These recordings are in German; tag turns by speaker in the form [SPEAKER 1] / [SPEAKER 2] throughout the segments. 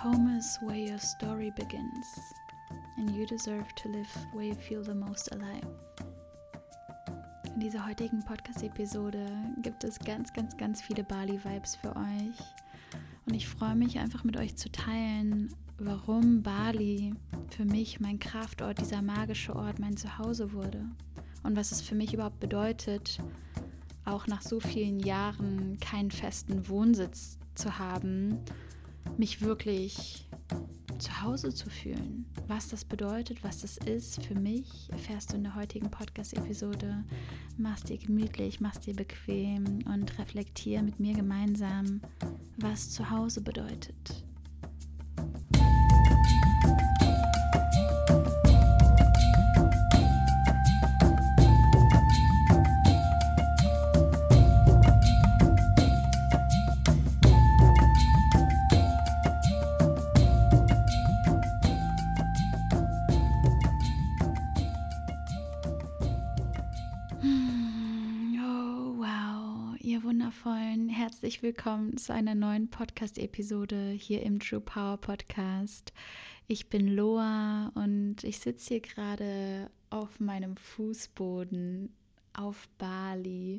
[SPEAKER 1] Home is where your story begins, and you deserve to live where you feel the most alive. In dieser heutigen Podcast-Episode gibt es ganz viele Bali-Vibes für euch. Und ich freue mich einfach mit euch zu teilen, warum Bali für mich mein Kraftort, dieser magische Ort, mein Zuhause wurde. Und was es für mich überhaupt bedeutet, auch nach so vielen Jahren keinen festen Wohnsitz zu haben, mich wirklich zu Hause zu fühlen. Was das bedeutet, was das ist für mich, erfährst du in der heutigen Podcast-Episode. Mach's dir gemütlich, mach's dir bequem und reflektier mit mir gemeinsam, was zu Hause bedeutet. Wundervollen, herzlich willkommen zu einer neuen Podcast-Episode hier im True Power Podcast. Ich bin Loa und ich sitze hier gerade auf meinem Fußboden auf Bali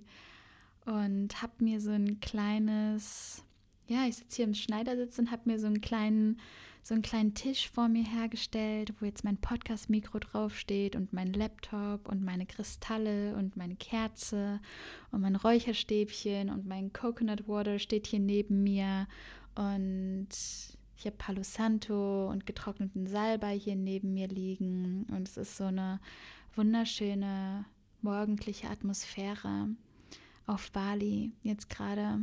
[SPEAKER 1] und habe mir so ein kleines, ich sitze hier im Schneidersitz und habe mir so einen kleinen Tisch vor mir hergestellt, wo jetzt mein Podcast-Mikro draufsteht und mein Laptop und meine Kristalle und meine Kerze und mein Räucherstäbchen und mein Coconut Water steht hier neben mir und ich habe Palo Santo und getrockneten Salbei hier neben mir liegen und es ist so eine wunderschöne morgendliche Atmosphäre auf Bali jetzt gerade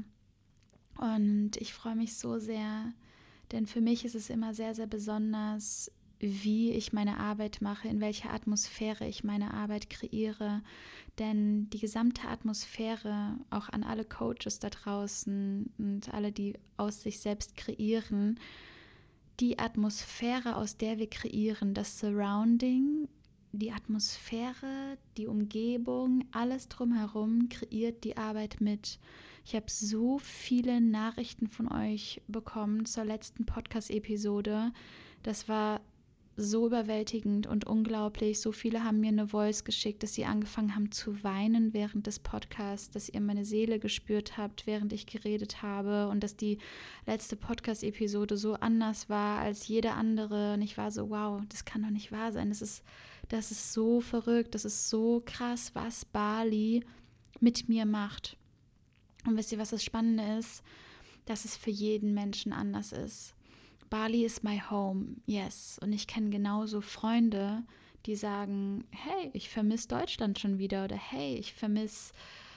[SPEAKER 1] und ich freue mich so sehr, denn für mich ist es immer sehr besonders, wie ich meine Arbeit mache, in welcher Atmosphäre ich meine Arbeit kreiere. Denn die gesamte Atmosphäre, auch an alle Coaches da draußen und alle, die aus sich selbst kreieren, die Atmosphäre, aus der wir kreieren, das Surrounding, die Atmosphäre, die Umgebung, alles drumherum kreiert die Arbeit mit. Ich habe so viele Nachrichten von euch bekommen zur letzten Podcast-Episode. Das war so überwältigend und unglaublich. So viele haben mir eine Voice geschickt, dass sie angefangen haben zu weinen während des Podcasts, dass ihr meine Seele gespürt habt, während ich geredet habe und dass die letzte Podcast-Episode so anders war als jede andere. Und ich war so, wow, das kann doch nicht wahr sein. Das ist so verrückt, das ist so krass, was Bali mit mir macht. Und wisst ihr, was das Spannende ist? Dass es für jeden Menschen anders ist. Bali is my home, yes. Und ich kenne genauso Freunde, die sagen, hey, ich vermisse Deutschland schon wieder oder hey, ich vermisse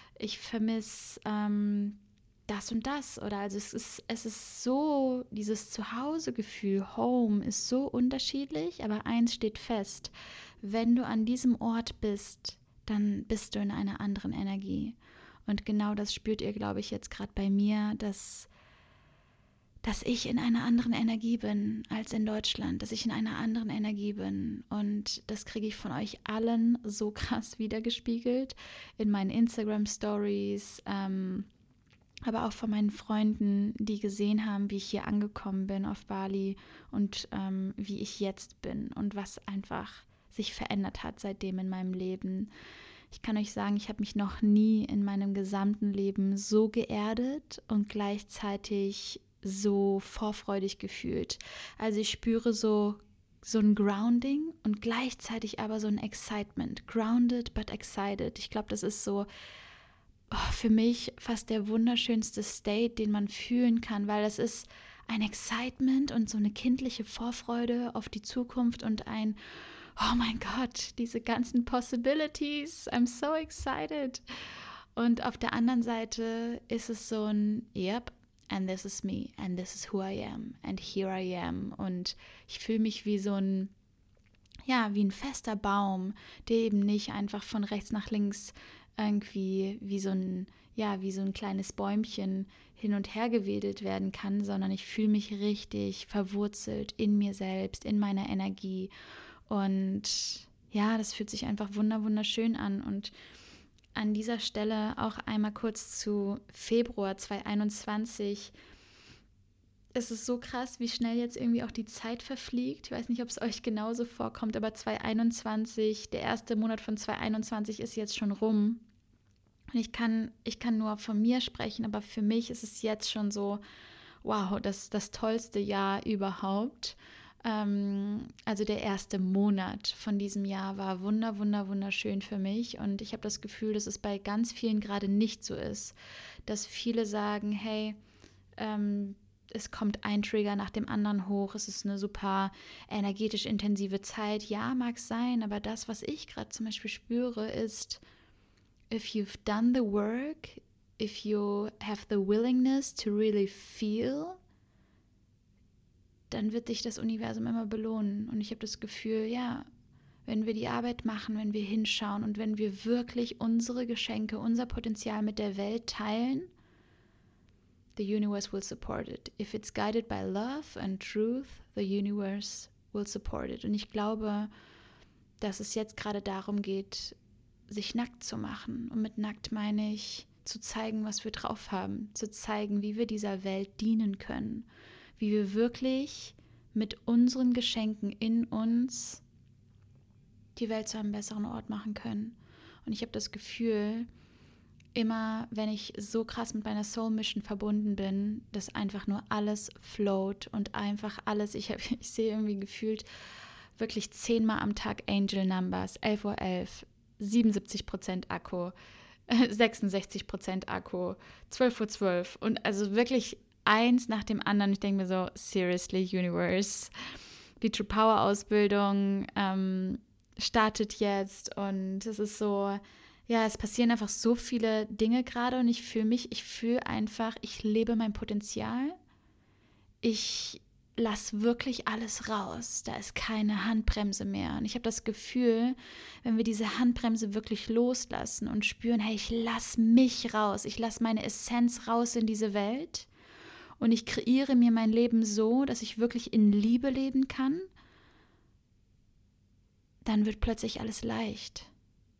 [SPEAKER 1] das und das. Oder also es ist so, dieses Zuhausegefühl, Home ist so unterschiedlich, aber eins steht fest, wenn du an diesem Ort bist, dann bist du in einer anderen Energie. Und genau das spürt ihr, glaube ich, jetzt gerade bei mir, dass ich in einer anderen Energie bin als in Deutschland, dass ich in einer anderen Energie bin. Und das kriege ich von euch allen so krass wiedergespiegelt in meinen Instagram-Stories, aber auch von meinen Freunden, die gesehen haben, wie ich hier angekommen bin auf Bali und wie ich jetzt bin und was einfach sich verändert hat seitdem in meinem Leben. Ich kann euch sagen, ich habe mich noch nie in meinem gesamten Leben so geerdet und gleichzeitig so vorfreudig gefühlt. Also ich spüre so ein Grounding und gleichzeitig aber so ein Excitement. Grounded but excited. Ich glaube, das ist so für mich fast der wunderschönste State, den man fühlen kann, weil das ist ein Excitement und so eine kindliche Vorfreude auf die Zukunft und ein oh mein Gott, diese ganzen Possibilities, I'm so excited. Und auf der anderen Seite ist es so ein, yep, and this is me, and this is who I am, and here I am. Und ich fühle mich wie so ein, wie ein fester Baum, der eben nicht einfach von rechts nach links irgendwie wie so ein kleines Bäumchen hin und her gewedelt werden kann, sondern ich fühle mich richtig verwurzelt in mir selbst, in meiner Energie. Und das fühlt sich einfach wunderschön an. Und an dieser Stelle auch einmal kurz zu Februar 2021. es ist so krass, wie schnell jetzt irgendwie auch die Zeit verfliegt. Ich weiß nicht, ob es euch genauso vorkommt, aber 2021, der erste Monat von 2021 ist jetzt schon rum. Und ich kann nur von mir sprechen, aber für mich ist es jetzt schon so, wow, das tollste Jahr überhaupt. Also der erste Monat von diesem Jahr war wunderschön für mich. Und ich habe das Gefühl, dass es bei ganz vielen gerade nicht so ist. Dass viele sagen, hey, es kommt ein Trigger nach dem anderen hoch, es ist eine super energetisch intensive Zeit. Ja, mag sein, aber das, was ich gerade zum Beispiel spüre, ist, if you've done the work, if you have the willingness to really feel, dann wird dich das Universum immer belohnen. Und ich habe das Gefühl, ja, wenn wir die Arbeit machen, wenn wir hinschauen und wenn wir wirklich unsere Geschenke, unser Potenzial mit der Welt teilen, the universe will support it. If it's guided by love and truth, the universe will support it. Und ich glaube, dass es jetzt gerade darum geht, sich nackt zu machen. Und mit nackt meine ich, zu zeigen, was wir drauf haben. Zu zeigen, wie wir dieser Welt dienen können. Wie wir wirklich mit unseren Geschenken in uns die Welt zu einem besseren Ort machen können. Und ich habe das Gefühl, immer, wenn ich so krass mit meiner Soul Mission verbunden bin, dass einfach nur alles float und einfach alles, ich sehe irgendwie gefühlt wirklich 10-mal am Tag Angel Numbers, 11:11 Uhr, 77% Akku, 66% Akku, 12:12 Uhr und also wirklich eins nach dem anderen. Ich denke mir so, seriously, Universe, die True Power Ausbildung startet jetzt und es ist so, ja, es passieren einfach so viele Dinge gerade und ich fühle einfach, ich lebe mein Potenzial. Ich lasse wirklich alles raus. Da ist keine Handbremse mehr. Und ich habe das Gefühl, wenn wir diese Handbremse wirklich loslassen und spüren, hey, ich lasse mich raus, ich lasse meine Essenz raus in diese Welt und ich kreiere mir mein Leben so, dass ich wirklich in Liebe leben kann, dann wird plötzlich alles leicht.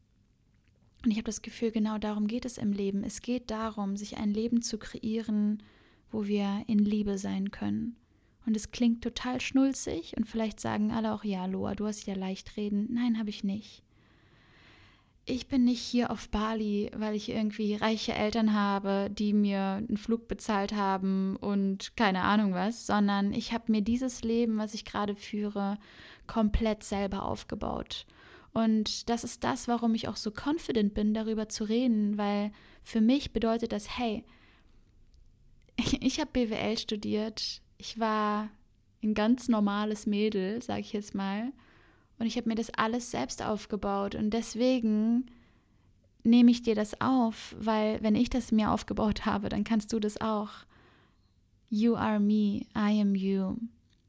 [SPEAKER 1] Und ich habe das Gefühl, genau darum geht es im Leben. Es geht darum, sich ein Leben zu kreieren, wo wir in Liebe sein können. Und es klingt total schnulzig und vielleicht sagen alle auch, ja, Loa, du hast ja leicht reden. Nein, habe ich nicht. Ich bin nicht hier auf Bali, weil ich irgendwie reiche Eltern habe, die mir einen Flug bezahlt haben und keine Ahnung was, sondern ich habe mir dieses Leben, was ich gerade führe, komplett selber aufgebaut. Und das ist das, warum ich auch so confident bin, darüber zu reden, weil für mich bedeutet das, hey, ich habe BWL studiert, ich war ein ganz normales Mädel, sage ich jetzt mal, und ich habe mir das alles selbst aufgebaut und deswegen nehme ich dir das auf, weil wenn ich das mir aufgebaut habe, dann kannst du das auch. You are me, I am you.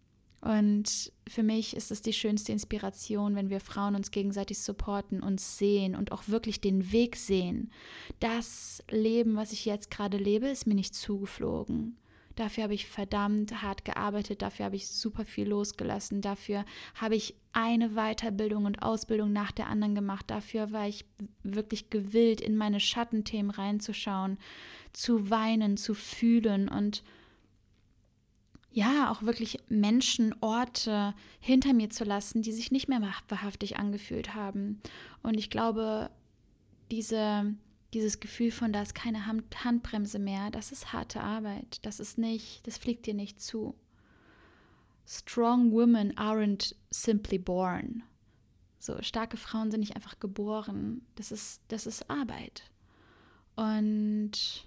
[SPEAKER 1] Und für mich ist es die schönste Inspiration, wenn wir Frauen uns gegenseitig supporten, uns sehen und auch wirklich den Weg sehen. Das Leben, was ich jetzt gerade lebe, ist mir nicht zugeflogen. Dafür habe ich verdammt hart gearbeitet, dafür habe ich super viel losgelassen, dafür habe ich eine Weiterbildung und Ausbildung nach der anderen gemacht, dafür war ich wirklich gewillt, in meine Schattenthemen reinzuschauen, zu weinen, zu fühlen und ja, auch wirklich Menschen, Orte hinter mir zu lassen, die sich nicht mehr wahrhaftig angefühlt haben. Und ich glaube, dieses Gefühl von, da ist keine Handbremse mehr, das ist harte Arbeit. Das fliegt dir nicht zu. Strong women aren't simply born. So, starke Frauen sind nicht einfach geboren. Das ist Arbeit. Und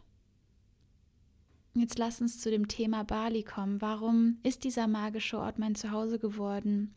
[SPEAKER 1] jetzt lass uns zu dem Thema Bali kommen. Warum ist dieser magische Ort mein Zuhause geworden?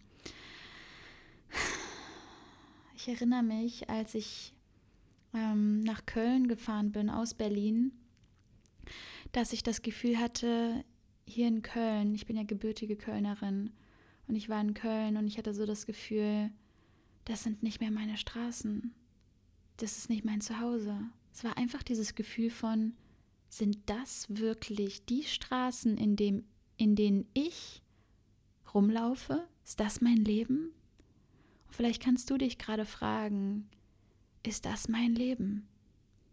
[SPEAKER 1] Ich erinnere mich, als ich nach Köln gefahren bin, aus Berlin, dass ich das Gefühl hatte, hier in Köln, ich bin ja gebürtige Kölnerin und ich war in Köln und ich hatte so das Gefühl, das sind nicht mehr meine Straßen, das ist nicht mein Zuhause. Es war einfach dieses Gefühl von, sind das wirklich die Straßen, in denen ich rumlaufe? Ist das mein Leben? Und vielleicht kannst du dich gerade fragen, ist das mein Leben?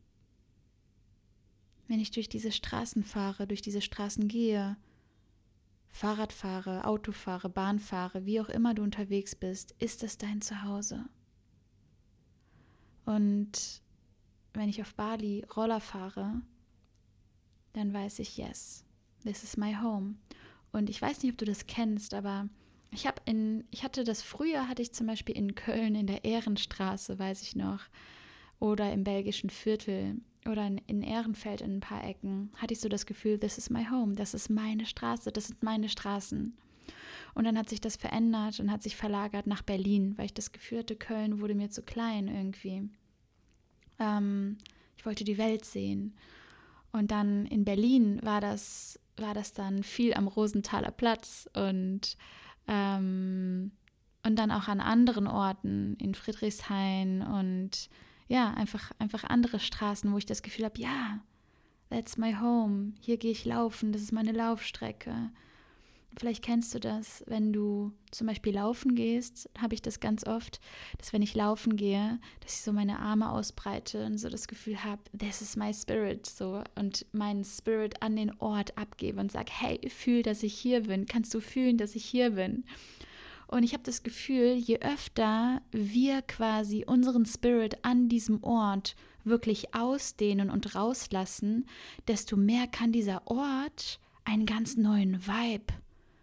[SPEAKER 1] Wenn ich durch diese Straßen fahre, durch diese Straßen gehe, Fahrrad fahre, Auto fahre, Bahn fahre, wie auch immer du unterwegs bist, ist das dein Zuhause. Und wenn ich auf Bali Roller fahre, dann weiß ich, yes, this is my home. Und ich weiß nicht, ob du das kennst, aber früher hatte ich zum Beispiel in Köln in der Ehrenstraße, weiß ich noch, oder im belgischen Viertel oder in Ehrenfeld in ein paar Ecken, hatte ich so das Gefühl, this is my home, das ist meine Straße, das sind meine Straßen. Und dann hat sich das verändert und hat sich verlagert nach Berlin, weil ich das Gefühl hatte, Köln wurde mir zu klein irgendwie. Ich wollte die Welt sehen. Und dann in Berlin war das dann viel am Rosenthaler Platz und dann auch an anderen Orten, in Friedrichshain und ja, einfach andere Straßen, wo ich das Gefühl habe, ja, that's my home, hier gehe ich laufen, das ist meine Laufstrecke. Vielleicht kennst du das, wenn du zum Beispiel laufen gehst, habe ich das ganz oft, dass wenn ich laufen gehe, dass ich so meine Arme ausbreite und so das Gefühl habe, this is my spirit, so, und meinen Spirit an den Ort abgebe und sage, hey, fühl, dass ich hier bin, kannst du fühlen, dass ich hier bin? Und ich habe das Gefühl, je öfter wir quasi unseren Spirit an diesem Ort wirklich ausdehnen und rauslassen, desto mehr kann dieser Ort einen ganz neuen Vibe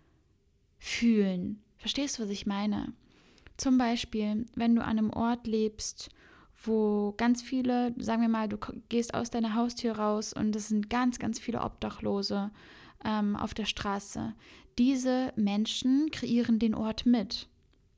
[SPEAKER 1] fühlen. Verstehst du, was ich meine? Zum Beispiel, wenn du an einem Ort lebst, wo ganz viele, sagen wir mal, du gehst aus deiner Haustür raus und es sind ganz, ganz viele Obdachlose auf der Straße. Diese Menschen kreieren den Ort mit.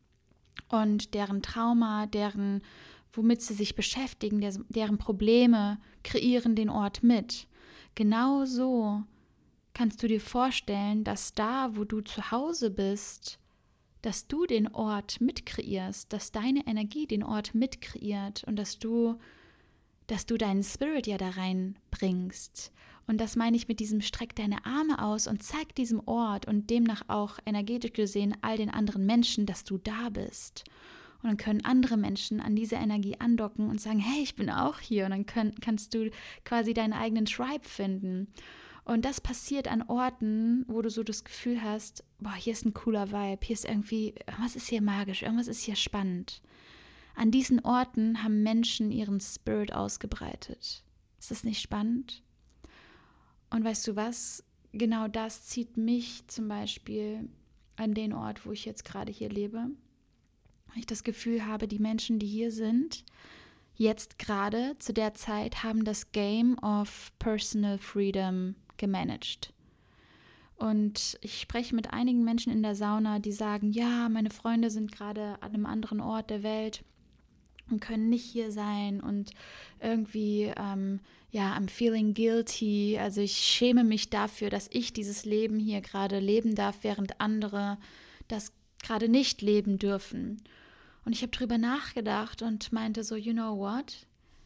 [SPEAKER 1] Und deren Trauma, womit sie sich beschäftigen, deren Probleme kreieren den Ort mit. Genauso kannst du dir vorstellen, dass da, wo du zu Hause bist, dass du den Ort mitkreierst, dass deine Energie den Ort mitkreiert und dass du deinen Spirit ja da reinbringst. Und das meine ich mit diesem streck deine Arme aus und zeig diesem Ort und demnach auch energetisch gesehen all den anderen Menschen, dass du da bist. Und dann können andere Menschen an diese Energie andocken und sagen, hey, ich bin auch hier. Und dann kannst du quasi deinen eigenen Tribe finden. Und das passiert an Orten, wo du so das Gefühl hast, boah, hier ist ein cooler Vibe, hier ist irgendwie, irgendwas ist hier magisch, irgendwas ist hier spannend. An diesen Orten haben Menschen ihren Spirit ausgebreitet. Ist das nicht spannend? Und weißt du was? Genau das zieht mich zum Beispiel an den Ort, wo ich jetzt gerade hier lebe. Weil ich das Gefühl habe, die Menschen, die hier sind, jetzt gerade zu der Zeit, haben das Game of Personal Freedom gemanagt. Und ich spreche mit einigen Menschen in der Sauna, die sagen, ja, meine Freunde sind gerade an einem anderen Ort der Welt und können nicht hier sein und irgendwie, I'm feeling guilty, also ich schäme mich dafür, dass ich dieses Leben hier gerade leben darf, während andere das gerade nicht leben dürfen. Und ich habe drüber nachgedacht und meinte so, you know what?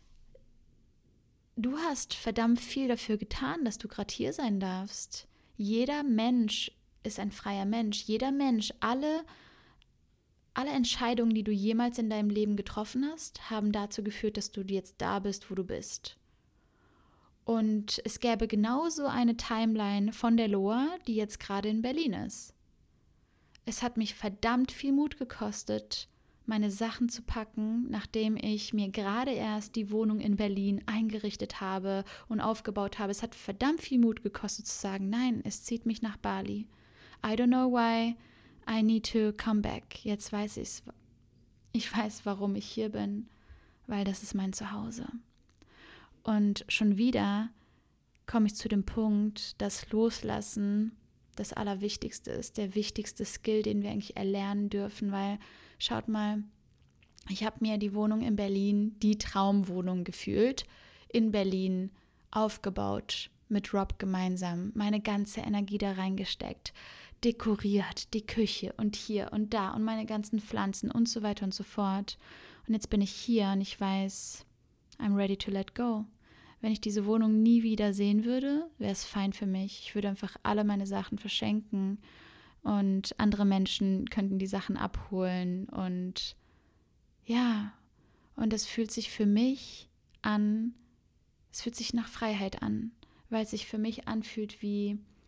[SPEAKER 1] Du hast verdammt viel dafür getan, dass du gerade hier sein darfst. Jeder Mensch ist ein freier Mensch. Jeder Mensch, alle Entscheidungen, die du jemals in deinem Leben getroffen hast, haben dazu geführt, dass du jetzt da bist, wo du bist. Und es gäbe genauso eine Timeline von der Loa, die jetzt gerade in Berlin ist. Es hat mich verdammt viel Mut gekostet, meine Sachen zu packen, nachdem ich mir gerade erst die Wohnung in Berlin eingerichtet habe und aufgebaut habe. Es hat verdammt viel Mut gekostet zu sagen, nein, es zieht mich nach Bali. I don't know why I need to come back. Jetzt weiß ich's. Ich weiß, warum ich hier bin, weil das ist mein Zuhause. Und schon wieder komme ich zu dem Punkt, dass Loslassen das Allerwichtigste ist, der wichtigste Skill, den wir eigentlich erlernen dürfen, weil, schaut mal, ich habe mir die Wohnung in Berlin, die Traumwohnung gefühlt, in Berlin aufgebaut, mit Rob gemeinsam, meine ganze Energie da reingesteckt, dekoriert, die Küche und hier und da und meine ganzen Pflanzen und so weiter und so fort. Und jetzt bin ich hier und ich weiß, I'm ready to let go. Wenn ich diese Wohnung nie wieder sehen würde, wäre es fein für mich. Ich würde einfach alle meine Sachen verschenken und andere Menschen könnten die Sachen abholen. Und ja, und es fühlt sich für mich an, es fühlt sich nach Freiheit an, weil es sich für mich anfühlt wie,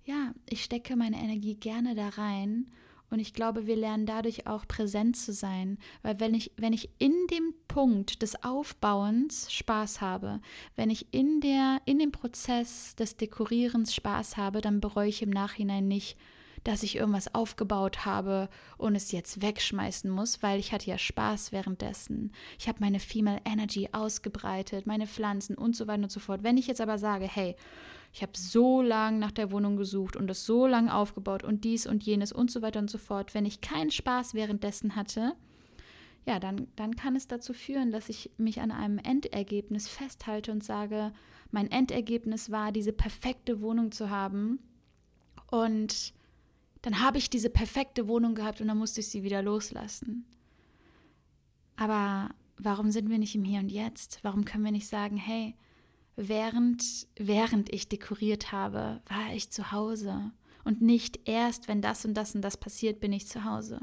[SPEAKER 1] ich stecke meine Energie gerne da rein und ich glaube, wir lernen dadurch auch präsent zu sein, weil wenn ich in dem Punkt des Aufbauens Spaß habe, wenn ich in dem Prozess des Dekorierens Spaß habe, dann bereue ich im Nachhinein nicht, dass ich irgendwas aufgebaut habe und es jetzt wegschmeißen muss, weil ich hatte ja Spaß währenddessen. Ich habe meine Female Energy ausgebreitet, meine Pflanzen und so weiter und so fort. Wenn ich jetzt aber sage, hey, ich habe so lange nach der Wohnung gesucht und das so lange aufgebaut und dies und jenes und so weiter und so fort. Wenn ich keinen Spaß währenddessen hatte, ja, dann kann es dazu führen, dass ich mich an einem Endergebnis festhalte und sage, mein Endergebnis war, diese perfekte Wohnung zu haben. Und dann habe ich diese perfekte Wohnung gehabt und dann musste ich sie wieder loslassen. Aber warum sind wir nicht im Hier und Jetzt? Warum können wir nicht sagen, hey, während ich dekoriert habe, war ich zu Hause und nicht erst, wenn das und das und das passiert, bin ich zu Hause.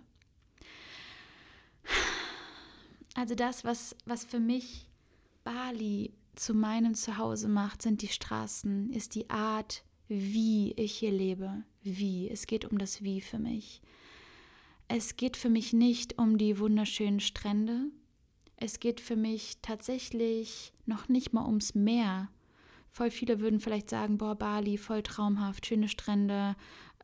[SPEAKER 1] Also das, was für mich Bali zu meinem Zuhause macht, sind die Straßen, ist die Art, wie ich hier lebe. Wie. Es geht um das Wie für mich. Es geht für mich nicht um die wunderschönen Strände. Es geht für mich tatsächlich noch nicht mal ums Meer. Voll viele würden vielleicht sagen, boah, Bali, voll traumhaft, schöne Strände,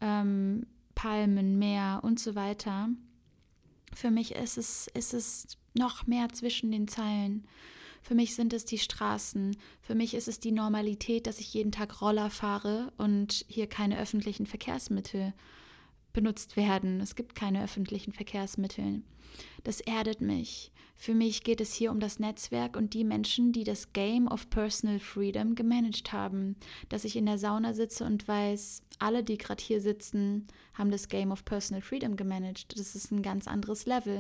[SPEAKER 1] Palmen, Meer und so weiter. Für mich ist es noch mehr zwischen den Zeilen. Für mich sind es die Straßen. Für mich ist es die Normalität, dass ich jeden Tag Roller fahre und hier keine öffentlichen Verkehrsmittel benutzt werden. Es gibt keine öffentlichen Verkehrsmittel. Das erdet mich. Für mich geht es hier um das Netzwerk und die Menschen, die das Game of Personal Freedom gemanagt haben. Dass ich in der Sauna sitze und weiß, alle, die gerade hier sitzen, haben das Game of Personal Freedom gemanagt. Das ist ein ganz anderes Level.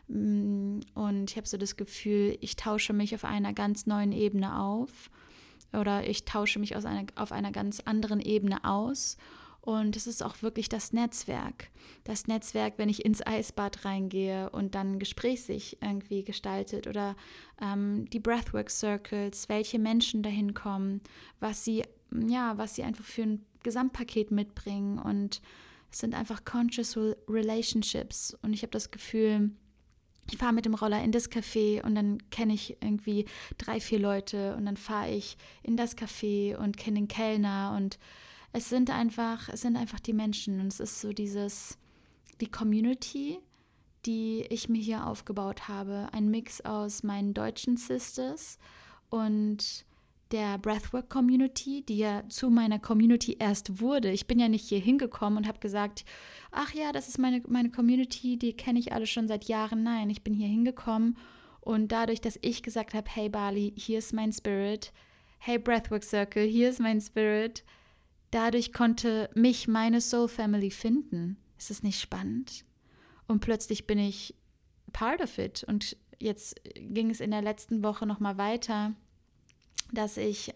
[SPEAKER 1] Und ich habe so das Gefühl, ich tausche mich auf einer ganz neuen Ebene auf oder ich tausche mich auf einer ganz anderen Ebene aus. Und es ist auch wirklich das Netzwerk. Das Netzwerk, wenn ich ins Eisbad reingehe und dann ein Gespräch sich irgendwie gestaltet oder die Breathwork Circles, welche Menschen dahin kommen, was sie einfach für ein Gesamtpaket mitbringen. Und es sind einfach conscious relationships. Und ich habe das Gefühl, ich fahre mit dem Roller in das Café und dann kenne ich irgendwie 3, 4 Leute und dann fahre ich in das Café und kenne den Kellner und es sind einfach die Menschen und es ist so die Community, die ich mir hier aufgebaut habe. Ein Mix aus meinen deutschen Sisters und der Breathwork-Community, die ja zu meiner Community erst wurde. Ich bin ja nicht hier hingekommen und habe gesagt, ach ja, das ist meine Community, die kenne ich alle schon seit Jahren. Nein, ich bin hier hingekommen und dadurch, dass ich gesagt habe, hey Bali, hier ist mein Spirit, hey Breathwork Circle, hier ist mein Spirit, dadurch konnte mich meine Soul Family finden. Ist das nicht spannend? Und plötzlich bin ich part of it. Und jetzt ging es in der letzten Woche nochmal weiter, dass ich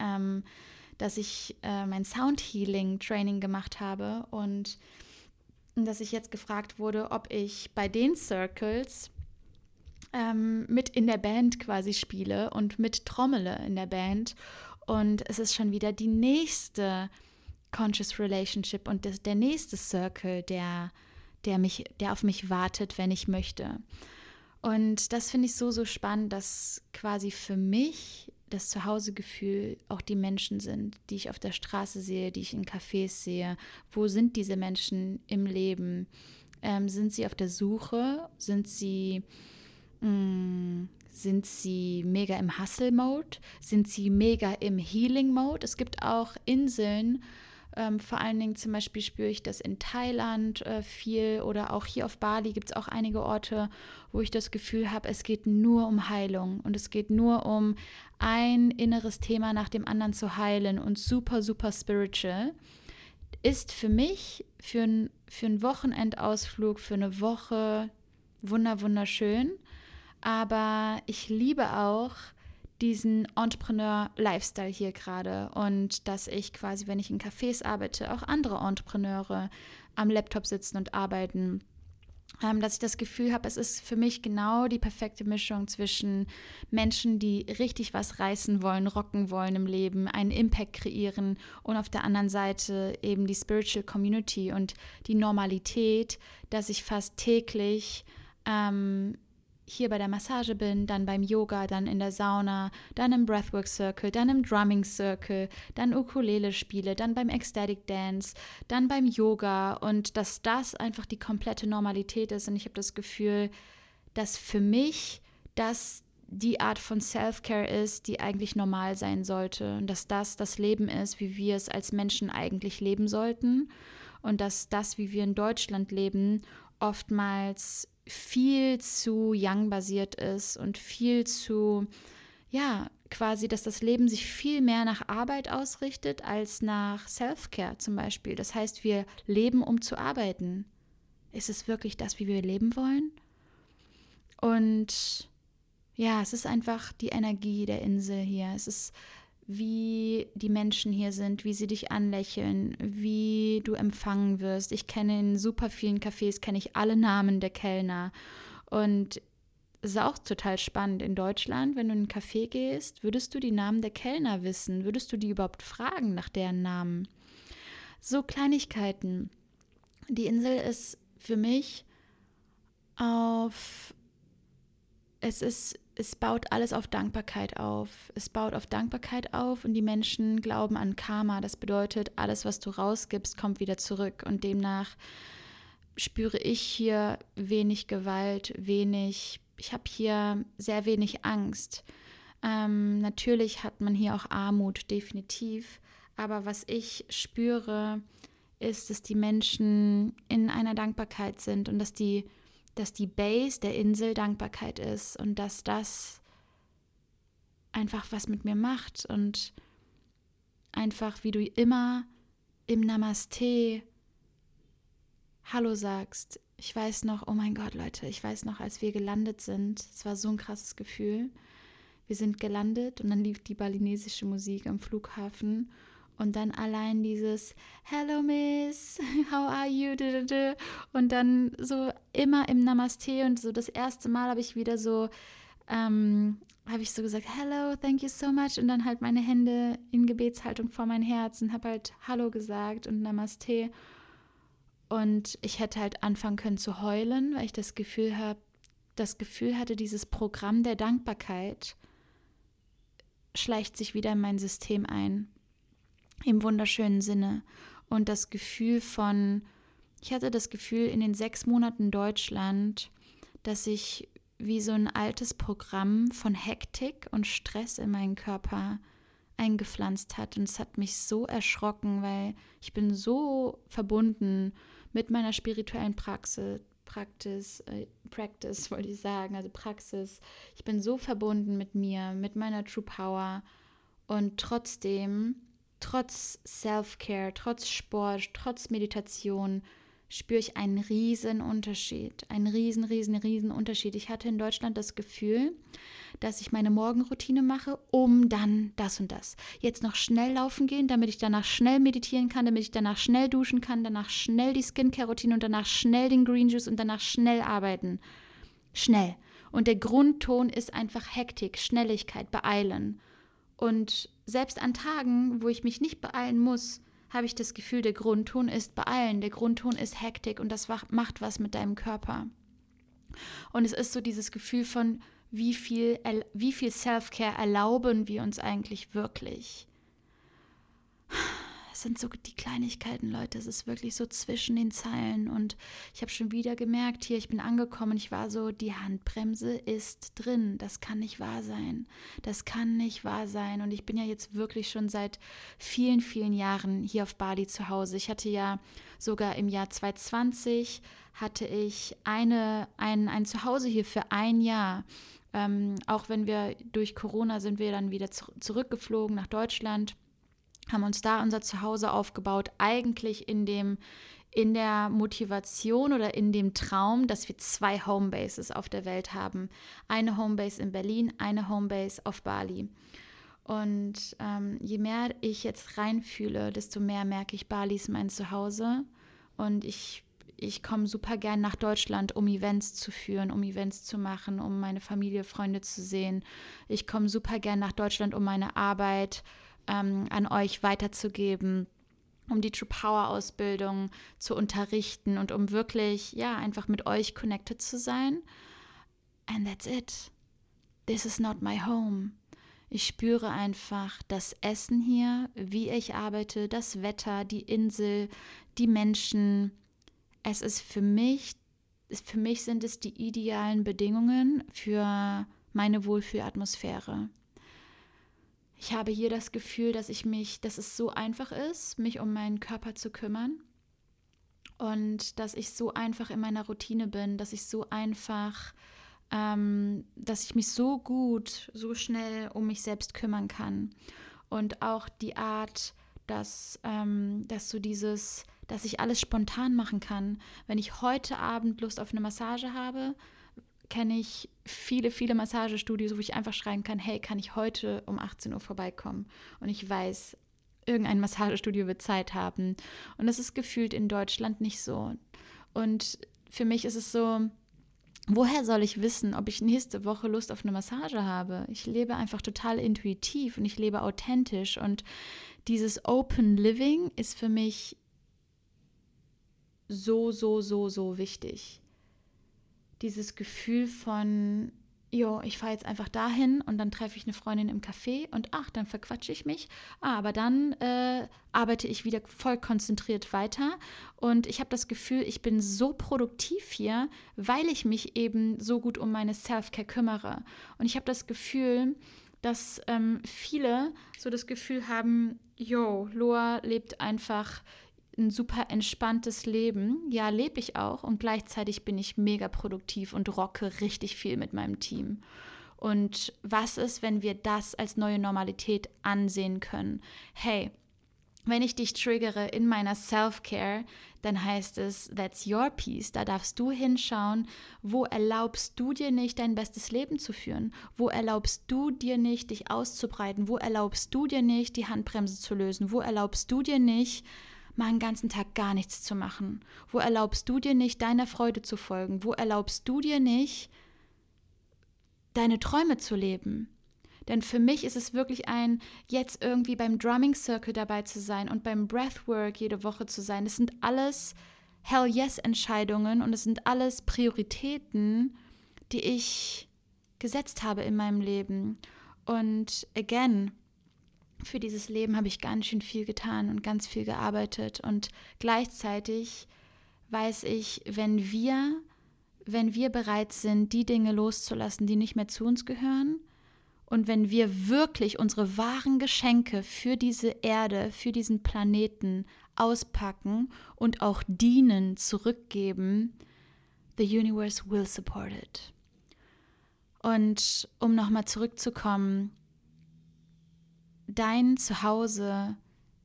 [SPEAKER 1] mein Sound Healing Training gemacht habe und dass ich jetzt gefragt wurde, ob ich bei den Circles mit in der Band quasi spiele und mit trommele in der Band. Und es ist schon wieder die nächste Conscious Relationship und der nächste Circle, der auf mich wartet, wenn ich möchte. Und das finde ich so, so spannend, dass quasi für mich das Zuhausegefühl auch die Menschen sind, die ich auf der Straße sehe, die ich in Cafés sehe. Wo sind diese Menschen im Leben? Sind sie auf der Suche? Sind sie mega im Hustle-Mode? Sind sie mega im Healing-Mode? Es gibt auch Inseln, vor allen Dingen zum Beispiel spüre ich das in Thailand viel oder auch hier auf Bali gibt es auch einige Orte, wo ich das Gefühl habe, es geht nur um Heilung und es geht nur um ein inneres Thema nach dem anderen zu heilen und super, super spiritual. Ist für mich, für einen Wochenendausflug, für eine Woche wunderschön, aber ich liebe auch diesen Entrepreneur-Lifestyle hier gerade und dass ich quasi, wenn ich in Cafés arbeite, auch andere Entrepreneure am Laptop sitzen und arbeiten dass ich das Gefühl habe, es ist für mich genau die perfekte Mischung zwischen Menschen, die richtig was reißen wollen, rocken wollen im Leben, einen Impact kreieren und auf der anderen Seite eben die Spiritual Community und die Normalität, dass ich fast täglich hier bei der Massage bin, dann beim Yoga, dann in der Sauna, dann im Breathwork Circle, dann im Drumming Circle, dann Ukulele spiele, dann beim Ecstatic Dance, dann beim Yoga und dass das einfach die komplette Normalität ist und ich habe das Gefühl, dass für mich das die Art von Self-Care ist, die eigentlich normal sein sollte und dass das Leben ist, wie wir es als Menschen eigentlich leben sollten und dass das, wie wir in Deutschland leben, oftmals viel zu young-basiert ist und viel zu, ja, quasi, dass das Leben sich viel mehr nach Arbeit ausrichtet als nach Self-Care zum Beispiel. Das heißt, wir leben, um zu arbeiten. Ist es wirklich das, wie wir leben wollen? Und ja, es ist einfach die Energie der Insel hier. Es ist, wie die Menschen hier sind, wie sie dich anlächeln, wie du empfangen wirst. Ich kenne in super vielen Cafés, kenne ich alle Namen der Kellner. Und es ist auch total spannend. In Deutschland, wenn du in ein Café gehst, würdest du die Namen der Kellner wissen? Würdest du die überhaupt fragen nach deren Namen? So Kleinigkeiten. Die Insel ist für mich es baut alles auf Dankbarkeit auf. Es baut auf Dankbarkeit auf und die Menschen glauben an Karma. Das bedeutet, alles, was du rausgibst, kommt wieder zurück. Und demnach spüre ich hier wenig Gewalt, ich habe hier sehr wenig Angst. Natürlich hat man hier auch Armut, definitiv. Aber was ich spüre, ist, dass die Menschen in einer Dankbarkeit sind und dass die Base der Insel Dankbarkeit ist und dass das einfach was mit mir macht und einfach, wie du immer im Namaste Hallo sagst. Ich weiß noch, oh mein Gott, Leute, ich weiß noch, als wir gelandet sind, es war so ein krasses Gefühl. Wir sind gelandet und dann lief die balinesische Musik am Flughafen und dann allein dieses Hello Miss, how are you? Und dann so immer im Namaste und so das erste Mal habe ich wieder so, habe ich so gesagt, hello, thank you so much und dann halt meine Hände in Gebetshaltung vor mein Herz und habe halt Hallo gesagt und Namaste und ich hätte halt anfangen können zu heulen, weil ich das Gefühl hatte, dieses Programm der Dankbarkeit schleicht sich wieder in mein System ein. Im wunderschönen Sinne. Und das Gefühl ich hatte das Gefühl in den 6 Monaten Deutschland, dass ich wie so ein altes Programm von Hektik und Stress in meinen Körper eingepflanzt hat. Und es hat mich so erschrocken, weil ich bin so verbunden mit meiner spirituellen Practice wollte ich sagen, also Praxis. Ich bin so verbunden mit mir, mit meiner True Power und trotzdem, trotz Self-Care, trotz Sport, trotz Meditation spüre ich einen riesen Unterschied, einen riesen Unterschied. Ich hatte in Deutschland das Gefühl, dass ich meine Morgenroutine mache, um dann das und das. Jetzt noch schnell laufen gehen, damit ich danach schnell meditieren kann, damit ich danach schnell duschen kann, danach schnell die Skincare-Routine und danach schnell den Green Juice und danach schnell arbeiten. Schnell. Und der Grundton ist einfach Hektik, Schnelligkeit, Beeilen. Und selbst an Tagen, wo ich mich nicht beeilen muss, habe ich das Gefühl, der Grundton ist Beeilen, der Grundton ist Hektik und das macht was mit deinem Körper. Und es ist so dieses Gefühl von, wie viel Self-Care erlauben wir uns eigentlich wirklich? Es sind so die Kleinigkeiten, Leute, es ist wirklich so zwischen den Zeilen und ich habe schon wieder gemerkt, hier, ich bin angekommen, ich war so, die Handbremse ist drin, das kann nicht wahr sein, und ich bin ja jetzt wirklich schon seit vielen Jahren hier auf Bali zu Hause. Ich hatte ja sogar im Jahr 2020 hatte ich ein Zuhause hier für 1 Jahr. Auch wenn wir durch Corona sind wir dann wieder zurückgeflogen nach Deutschland, haben uns da unser Zuhause aufgebaut, eigentlich in der Motivation oder in dem Traum, dass wir 2 Homebases auf der Welt haben. Eine Homebase in Berlin, eine Homebase auf Bali. Und je mehr ich jetzt reinfühle, desto mehr merke ich, Bali ist mein Zuhause. Und ich ich komme super gern nach Deutschland, um Events zu führen, um Events zu machen, um meine Familie, Freunde zu sehen. Ich komme super gern nach Deutschland, um meine Arbeit an euch weiterzugeben, um die True Power Ausbildung zu unterrichten und um wirklich, einfach mit euch connected zu sein. And that's it. This is not my home. Ich spüre einfach das Essen hier, wie ich arbeite, das Wetter, die Insel, die Menschen. Für mich sind es die idealen Bedingungen für meine Wohlfühlatmosphäre. Ich habe hier das Gefühl, dass es so einfach ist, mich um meinen Körper zu kümmern und dass ich so einfach in meiner Routine bin, dass ich mich so gut, so schnell um mich selbst kümmern kann. Und auch die Art, dass ich alles spontan machen kann. Wenn ich heute Abend Lust auf eine Massage habe, kenne ich viele, viele Massagestudios, wo ich einfach schreiben kann, hey, kann ich heute um 18 Uhr vorbeikommen? Und ich weiß, irgendein Massagestudio wird Zeit haben. Und das ist gefühlt in Deutschland nicht so. Und für mich ist es so, woher soll ich wissen, ob ich nächste Woche Lust auf eine Massage habe? Ich lebe einfach total intuitiv und ich lebe authentisch. Und dieses Open Living ist für mich so, so, so, so wichtig. Dieses Gefühl von, ich fahre jetzt einfach dahin und dann treffe ich eine Freundin im Café und dann verquatsche ich mich. Aber dann arbeite ich wieder voll konzentriert weiter und ich habe das Gefühl, ich bin so produktiv hier, weil ich mich eben so gut um meine Self-Care kümmere. Und ich habe das Gefühl, dass viele so das Gefühl haben, Loa lebt einfach ein super entspanntes Leben. Ja, lebe ich auch und gleichzeitig bin ich mega produktiv und rocke richtig viel mit meinem Team. Und was ist, wenn wir das als neue Normalität ansehen können? Hey, wenn ich dich triggere in meiner Self-Care, dann heißt es, that's your piece. Da darfst du hinschauen, wo erlaubst du dir nicht, dein bestes Leben zu führen? Wo erlaubst du dir nicht, dich auszubreiten? Wo erlaubst du dir nicht, die Handbremse zu lösen? Wo erlaubst du dir nicht, mal einen ganzen Tag gar nichts zu machen? Wo erlaubst du dir nicht, deiner Freude zu folgen? Wo erlaubst du dir nicht, deine Träume zu leben? Denn für mich ist es wirklich jetzt irgendwie beim Drumming Circle dabei zu sein und beim Breathwork jede Woche zu sein. Das sind alles Hell-Yes-Entscheidungen und es sind alles Prioritäten, die ich gesetzt habe in meinem Leben. Und again, für dieses Leben habe ich ganz schön viel getan und ganz viel gearbeitet. Und gleichzeitig weiß ich, wenn wir bereit sind, die Dinge loszulassen, die nicht mehr zu uns gehören, und wenn wir wirklich unsere wahren Geschenke für diese Erde, für diesen Planeten auspacken und auch dienen, zurückgeben, the universe will support it. Und um nochmal zurückzukommen, dein Zuhause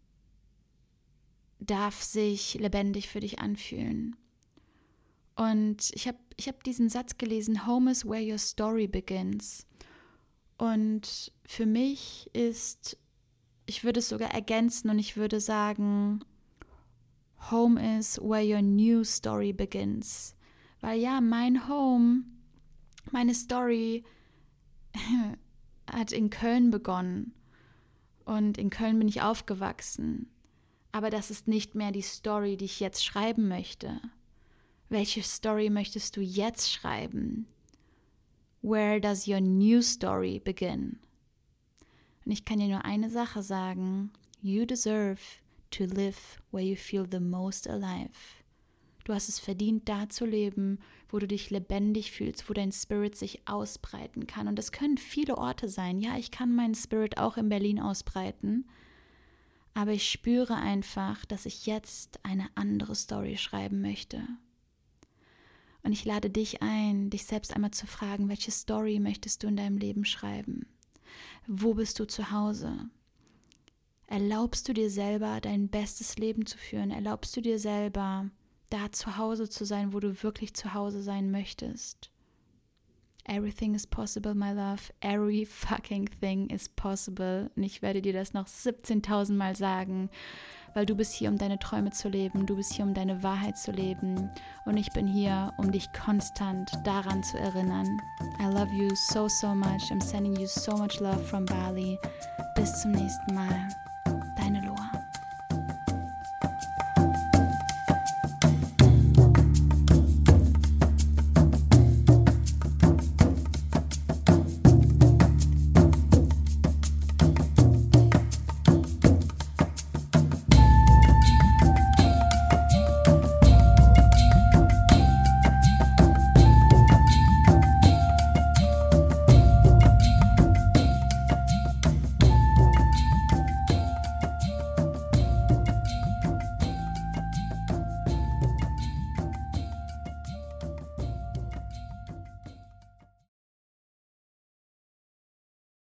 [SPEAKER 1] darf sich lebendig für dich anfühlen. Und ich hab diesen Satz gelesen, Home is where your story begins. Und für mich ich würde es sogar ergänzen und ich würde sagen, Home is where your new story begins. Weil mein Home, meine Story hat in Köln begonnen. Und in Köln bin ich aufgewachsen. Aber das ist nicht mehr die Story, die ich jetzt schreiben möchte. Welche Story möchtest du jetzt schreiben? Where does your new story begin? Und ich kann dir nur eine Sache sagen. You deserve to live where you feel the most alive. Du hast es verdient, da zu leben, wo du dich lebendig fühlst, wo dein Spirit sich ausbreiten kann. Und das können viele Orte sein. Ja, ich kann meinen Spirit auch in Berlin ausbreiten. Aber ich spüre einfach, dass ich jetzt eine andere Story schreiben möchte. Und ich lade dich ein, dich selbst einmal zu fragen, welche Story möchtest du in deinem Leben schreiben? Wo bist du zu Hause? Erlaubst du dir selber, dein bestes Leben zu führen? Erlaubst du dir selber, da zu Hause zu sein, wo du wirklich zu Hause sein möchtest? Everything is possible, my love. Every fucking thing is possible. Und ich werde dir das noch 17.000 Mal sagen, weil du bist hier, um deine Träume zu leben. Du bist hier, um deine Wahrheit zu leben. Und ich bin hier, um dich konstant daran zu erinnern. I love you so, so much. I'm sending you so much love from Bali. Bis zum nächsten Mal.